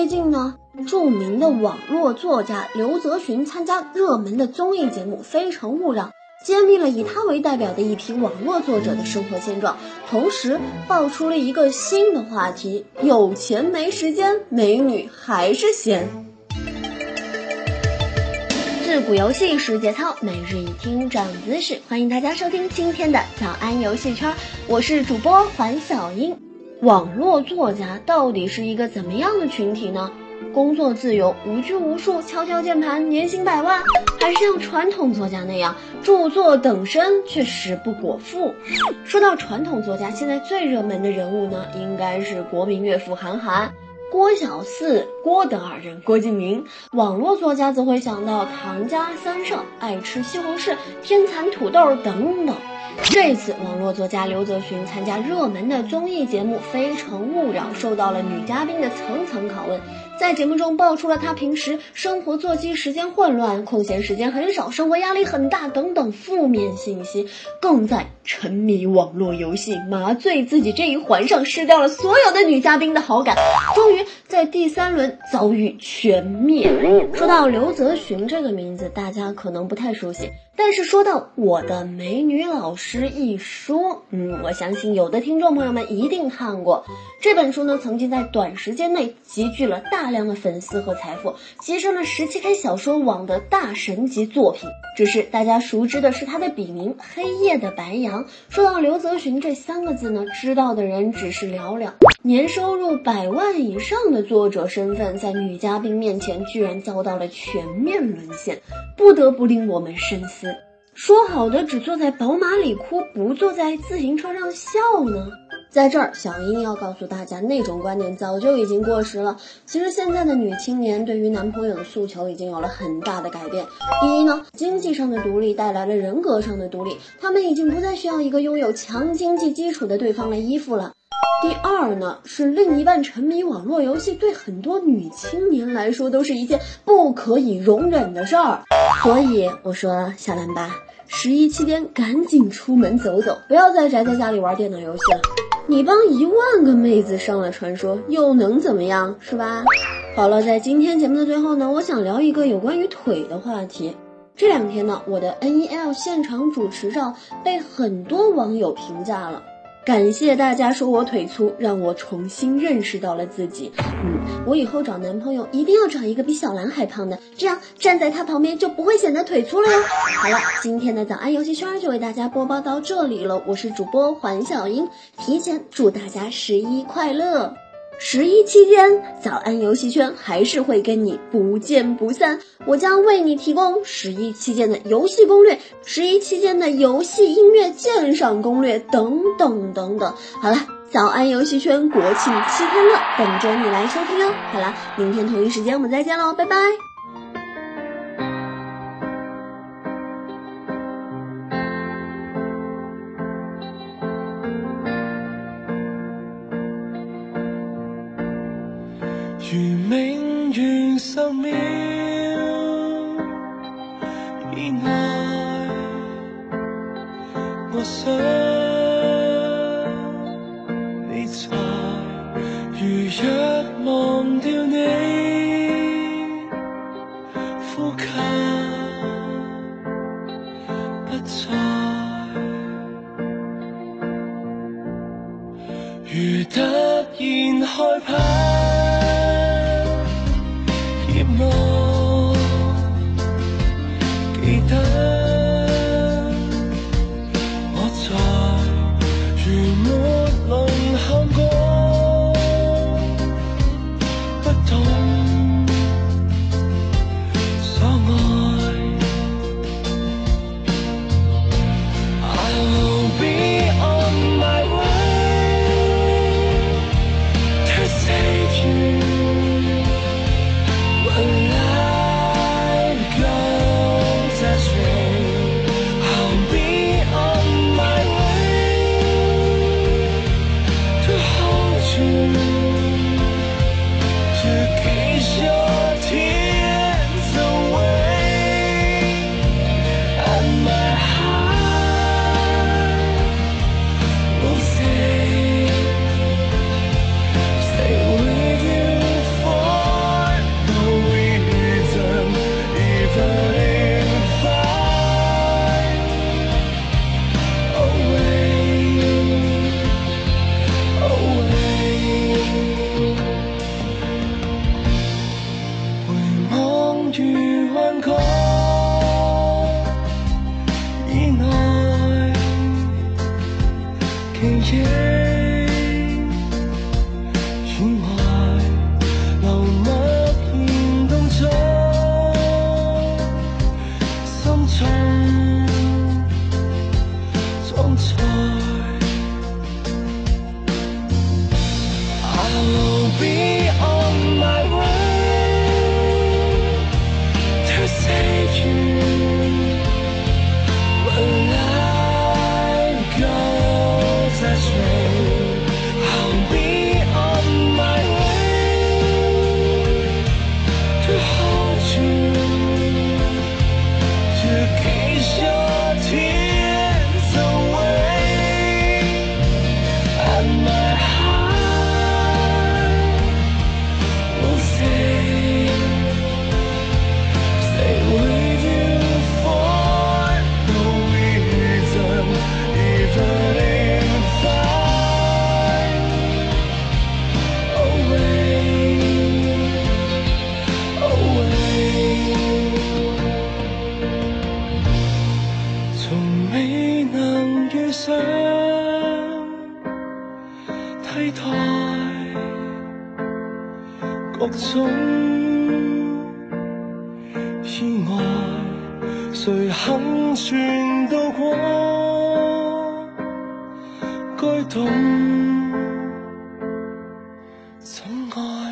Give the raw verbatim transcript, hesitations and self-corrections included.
最近呢，著名的网络作家刘泽群参加热门的综艺节目《非诚勿扰》，揭秘了以他为代表的一批网络作者的生活现状，同时爆出了一个新的话题：有钱没时间，美女还是闲。自古游戏时节操，每日一听长姿势，欢迎大家收听今天的早安游戏圈，我是主播环小英。网络作家到底是一个怎么样的群体呢？工作自由，无拘无束，敲敲键盘，年薪百万，还是像传统作家那样著作等身却食不果腹？说到传统作家，现在最热门的人物呢，应该是国民岳父韩寒、郭小四、郭德二人、郭敬明。网络作家则会想到唐家三少、爱吃西红柿、天蚕土豆等等。这次网络作家刘泽群参加热门的综艺节目《非诚勿扰》，受到了女嘉宾的层层拷问。在节目中爆出了他平时生活作息时间混乱、空闲时间很少、生活压力很大等等负面信息，更在沉迷网络游戏、麻醉自己这一环上失掉了所有的女嘉宾的好感，终于在第三轮遭遇全灭。说到刘泽群这个名字，大家可能不太熟悉，但是说到《我的美女老师》一书，嗯，我相信有的听众朋友们一定看过。这本书呢，曾经在短时间内集聚了大量的粉丝和财富，跻身了 十七K 小说网的大神级作品。只是大家熟知的是他的笔名黑夜的白羊。说到刘泽群这三个字呢，知道的人只是寥寥。年收入百万以上的作者身份，在女嘉宾面前居然遭到了全面沦陷，不得不令我们深思。说好的只坐在宝马里哭，不坐在自行车上笑呢？在这儿，小英要告诉大家，那种观念早就已经过时了。其实现在的女青年对于男朋友的诉求已经有了很大的改变。第一呢，经济上的独立带来了人格上的独立，他们已经不再需要一个拥有强经济基础的对方来依附了。第二呢，是另一半沉迷网络游戏，对很多女青年来说都是一件不可以容忍的事儿。所以我说，小兰吧，十一期间赶紧出门走走，不要再宅在家里玩电脑游戏了。你帮一万个妹子上了传说，又能怎么样，是吧？好了，在今天节目的最后呢，我想聊一个有关于腿的话题。这两天呢，我的 N E L 现场主持照被很多网友评价了。感谢大家说我腿粗，让我重新认识到了自己。嗯，我以后找男朋友一定要找一个比小兰还胖的，这样站在他旁边就不会显得腿粗了哟。好了，今天的早安游戏圈就为大家播报到这里了，我是主播环小英，提前祝大家十一快乐。十一期间，早安游戏圈还是会跟你不见不散。我将为你提供十一期间的游戏攻略、十一期间的游戏音乐鉴赏攻略等等等等。好了，早安游戏圈国庆七天乐，等着你来收听哦。好了，明天同一时间我们再见喽，拜拜。 如明如十秒以內，我想你在。如若忘掉你呼吸不再，如突然害怕我記得我在如沒能喊過，不懂所愛。I'll be on my way to save you when life goes astray. I'll be on my way to hold you, to kiss your tears away, and my heart will stay, stay with you for will be on my way to save you. When life goes astray, I'll be on my way to hold you, to kiss your tears away, and my heart will stay, stay with you for no reason, even if I'm away, away. 從未能遇上替代各種意外，誰肯全渡過？該懂怎愛。